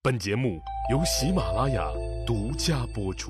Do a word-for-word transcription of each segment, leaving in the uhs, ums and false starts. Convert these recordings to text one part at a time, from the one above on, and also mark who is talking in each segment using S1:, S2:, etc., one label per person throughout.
S1: 本节目由喜马拉雅独家播出。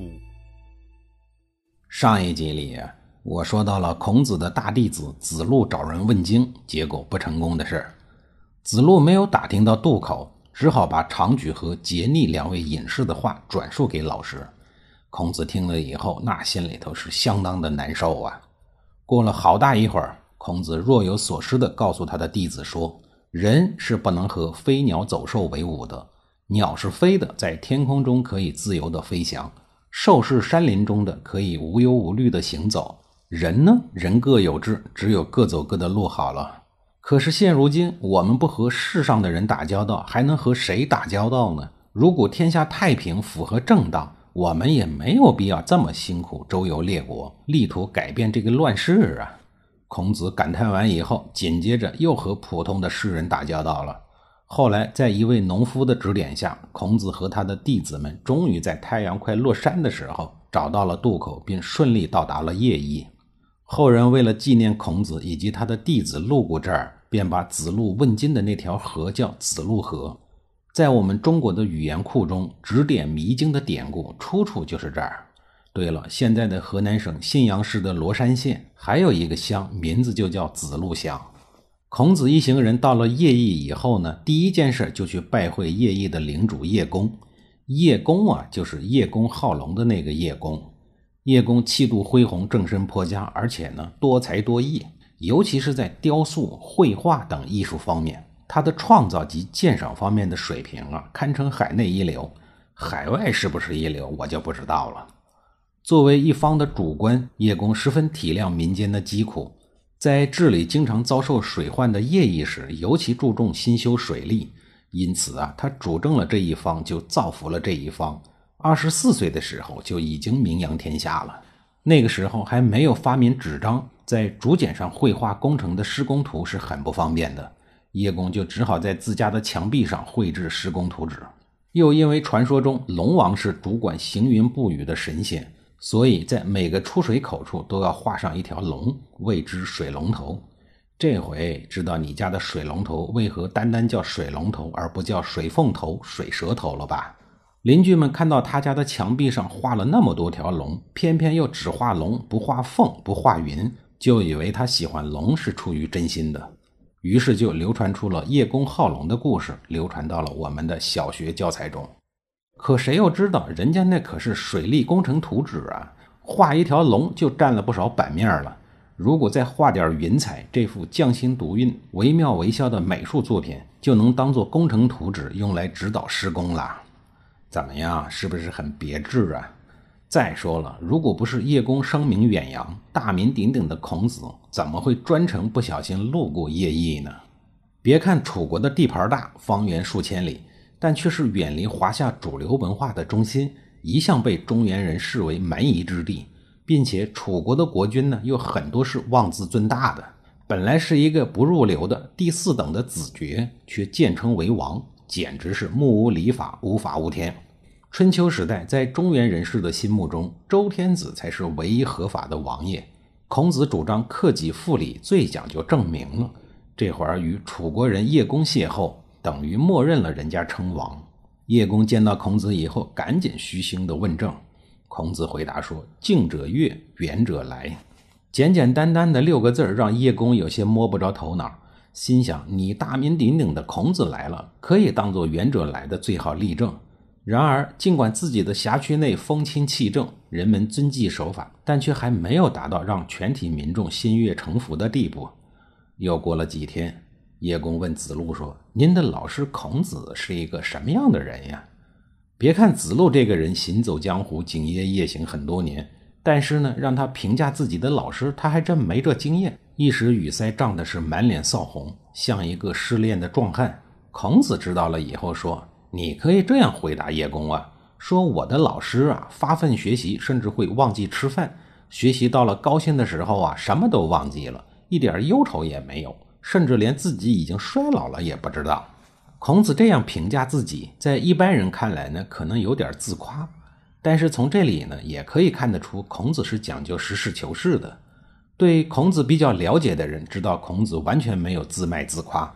S2: 上一集里我说到了孔子的大弟子子路找人问经，结果不成功的事。子路没有打听到渡口，只好把长举和桀逆两位隐士的话转述给老师。孔子听了以后，那心里头是相当的难受啊。过了好大一会儿，孔子若有所思地告诉他的弟子说，人是不能和飞鸟走兽为伍的，鸟是飞的，在天空中可以自由地飞翔，兽是山林中的，可以无忧无虑地行走。人呢，人各有志，只有各走各的路好了。可是现如今我们不和世上的人打交道，还能和谁打交道呢？如果天下太平，符合正道，我们也没有必要这么辛苦周游列国，力图改变这个乱世啊。孔子感叹完以后，紧接着又和普通的士人打交道了。后来在一位农夫的指点下，孔子和他的弟子们终于在太阳快落山的时候找到了渡口，并顺利到达了邺邑。后人为了纪念孔子以及他的弟子路过这儿，便把子路问津的那条河叫子路河。在我们中国的语言库中，指点迷经的典故出处就是这儿。对了，现在的河南省信阳市的罗山县还有一个乡，名字就叫子路乡。孔子一行人到了邺邑以后呢，第一件事就去拜会邺邑的领主叶公。叶公啊，就是叶公好龙的那个叶公。叶公气度恢宏，正身颇佳，而且呢多才多艺，尤其是在雕塑、绘画等艺术方面，他的创造及鉴赏方面的水平啊，堪称海内一流。海外是不是一流，我就不知道了。作为一方的主官，叶公十分体谅民间的疾苦。在治理经常遭受水患的邺邑时，尤其注重新修水利，因此啊，他主政了这一方，就造福了这一方。二十四岁的时候就已经名扬天下了。那个时候还没有发明纸张，在竹简上绘画工程的施工图是很不方便的，叶公就只好在自家的墙壁上绘制施工图纸。又因为传说中龙王是主管行云布雨的神仙，所以在每个出水口处都要画上一条龙，谓之水龙头。这回知道你家的水龙头为何单单叫水龙头，而不叫水凤头、水蛇头了吧？邻居们看到他家的墙壁上画了那么多条龙，偏偏又只画龙不画凤不画云，就以为他喜欢龙是出于真心的，于是就流传出了叶公好龙的故事，流传到了我们的小学教材中。可谁又知道人家那可是水利工程图纸啊，画一条龙就占了不少版面了。如果再画点云彩，这幅匠心独运、惟妙惟肖的美术作品就能当做工程图纸用来指导施工了。怎么样，是不是很别致啊？再说了，如果不是叶公声名远扬，大名鼎鼎的孔子怎么会专程不小心路过邺邑呢？别看楚国的地盘大，方圆数千里，但却是远离华夏主流文化的中心，一向被中原人视为蛮夷之地，并且楚国的国君呢，有很多是妄自尊大的，本来是一个不入流的第四等的子爵，却渐称为王，简直是目无礼法，无法无天。春秋时代，在中原人士的心目中，周天子才是唯一合法的王爷。孔子主张克己复礼，最讲究正名了，这会儿与楚国人叶公邂逅，等于默认了人家称王。叶公见到孔子以后，赶紧虚心的问政。孔子回答说，近者悦，远者来。简简单单的六个字让叶公有些摸不着头脑，心想，你大名鼎鼎的孔子来了，可以当作远者来的最好例证。然而尽管自己的辖区内风清气正，人们遵纪守法，但却还没有达到让全体民众心悦诚服的地步。又过了几天，叶公问子路说，您的老师孔子是一个什么样的人呀？别看子路这个人行走江湖，景业夜行很多年，但是呢，让他评价自己的老师，他还真没这经验，一时语塞胀的是满脸臊红，像一个失恋的壮汉。孔子知道了以后说，你可以这样回答叶公啊，说我的老师啊，发奋学习，甚至会忘记吃饭，学习到了高兴的时候啊，什么都忘记了，一点忧愁也没有，甚至连自己已经衰老了也不知道。孔子这样评价自己，在一般人看来呢，可能有点自夸，但是从这里呢，也可以看得出孔子是讲究实事求是的。对孔子比较了解的人知道，孔子完全没有自卖自夸。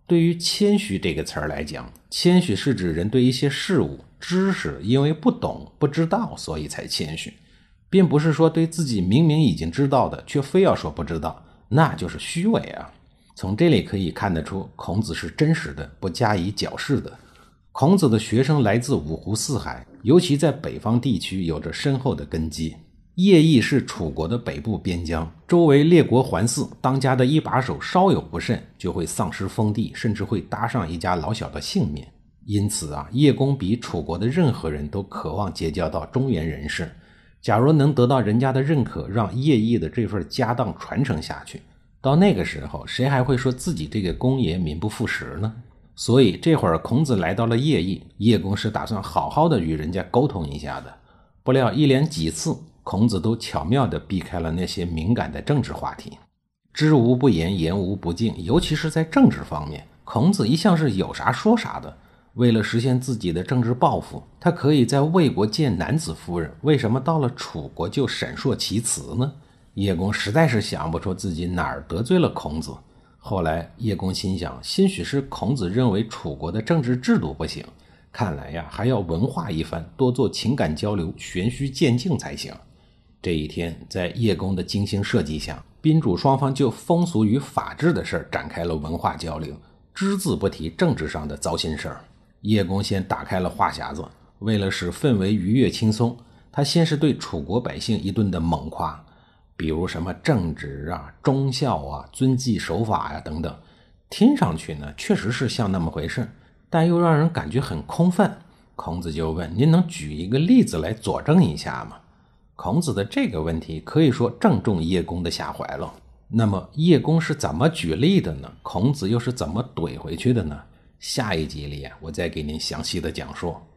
S2: 对于谦虚这个词儿来讲，谦虚是指人对一些事物、知识因为不懂、不知道，所以才谦虚，并不是说对自己明明已经知道的，却非要说不知道，那就是虚伪啊。从这里可以看得出，孔子是真实的，不加以矫饰的。孔子的学生来自五湖四海，尤其在北方地区有着深厚的根基。邺邑是楚国的北部边疆，周围列国环伺，当家的一把手稍有不慎，就会丧失封地，甚至会搭上一家老小的性命。因此啊，叶公比楚国的任何人都渴望结交到中原人士。假如能得到人家的认可，让邺邑的这份家当传承下去，到那个时候，谁还会说自己这个公爷名不副实呢？所以这会儿孔子来到了邺邑，叶公是打算好好的与人家沟通一下的。不料一连几次，孔子都巧妙地避开了那些敏感的政治话题。知无不言，言无不尽，尤其是在政治方面，孔子一向是有啥说啥的。为了实现自己的政治抱负，他可以在魏国见男子夫人，为什么到了楚国就闪烁其词呢？叶公实在是想不出自己哪儿得罪了孔子。后来叶公心想，兴许是孔子认为楚国的政治制度不行，看来呀还要文化一番，多做情感交流，循序渐进才行。这一天，在叶公的精心设计下，宾主双方就风俗与法治的事展开了文化交流，只字不提政治上的糟心事儿。叶公先打开了话匣子，为了使氛围愉悦轻松，他先是对楚国百姓一顿的猛夸，比如什么正直啊、忠孝啊、遵纪守法呀、啊、等等，听上去呢确实是像那么回事，但又让人感觉很空泛。孔子就问：您能举一个例子来佐证一下吗？孔子的这个问题可以说正中叶公的下怀了。那么叶公是怎么举例的呢？孔子又是怎么怼回去的呢？下一集里啊，我再给您详细的讲述。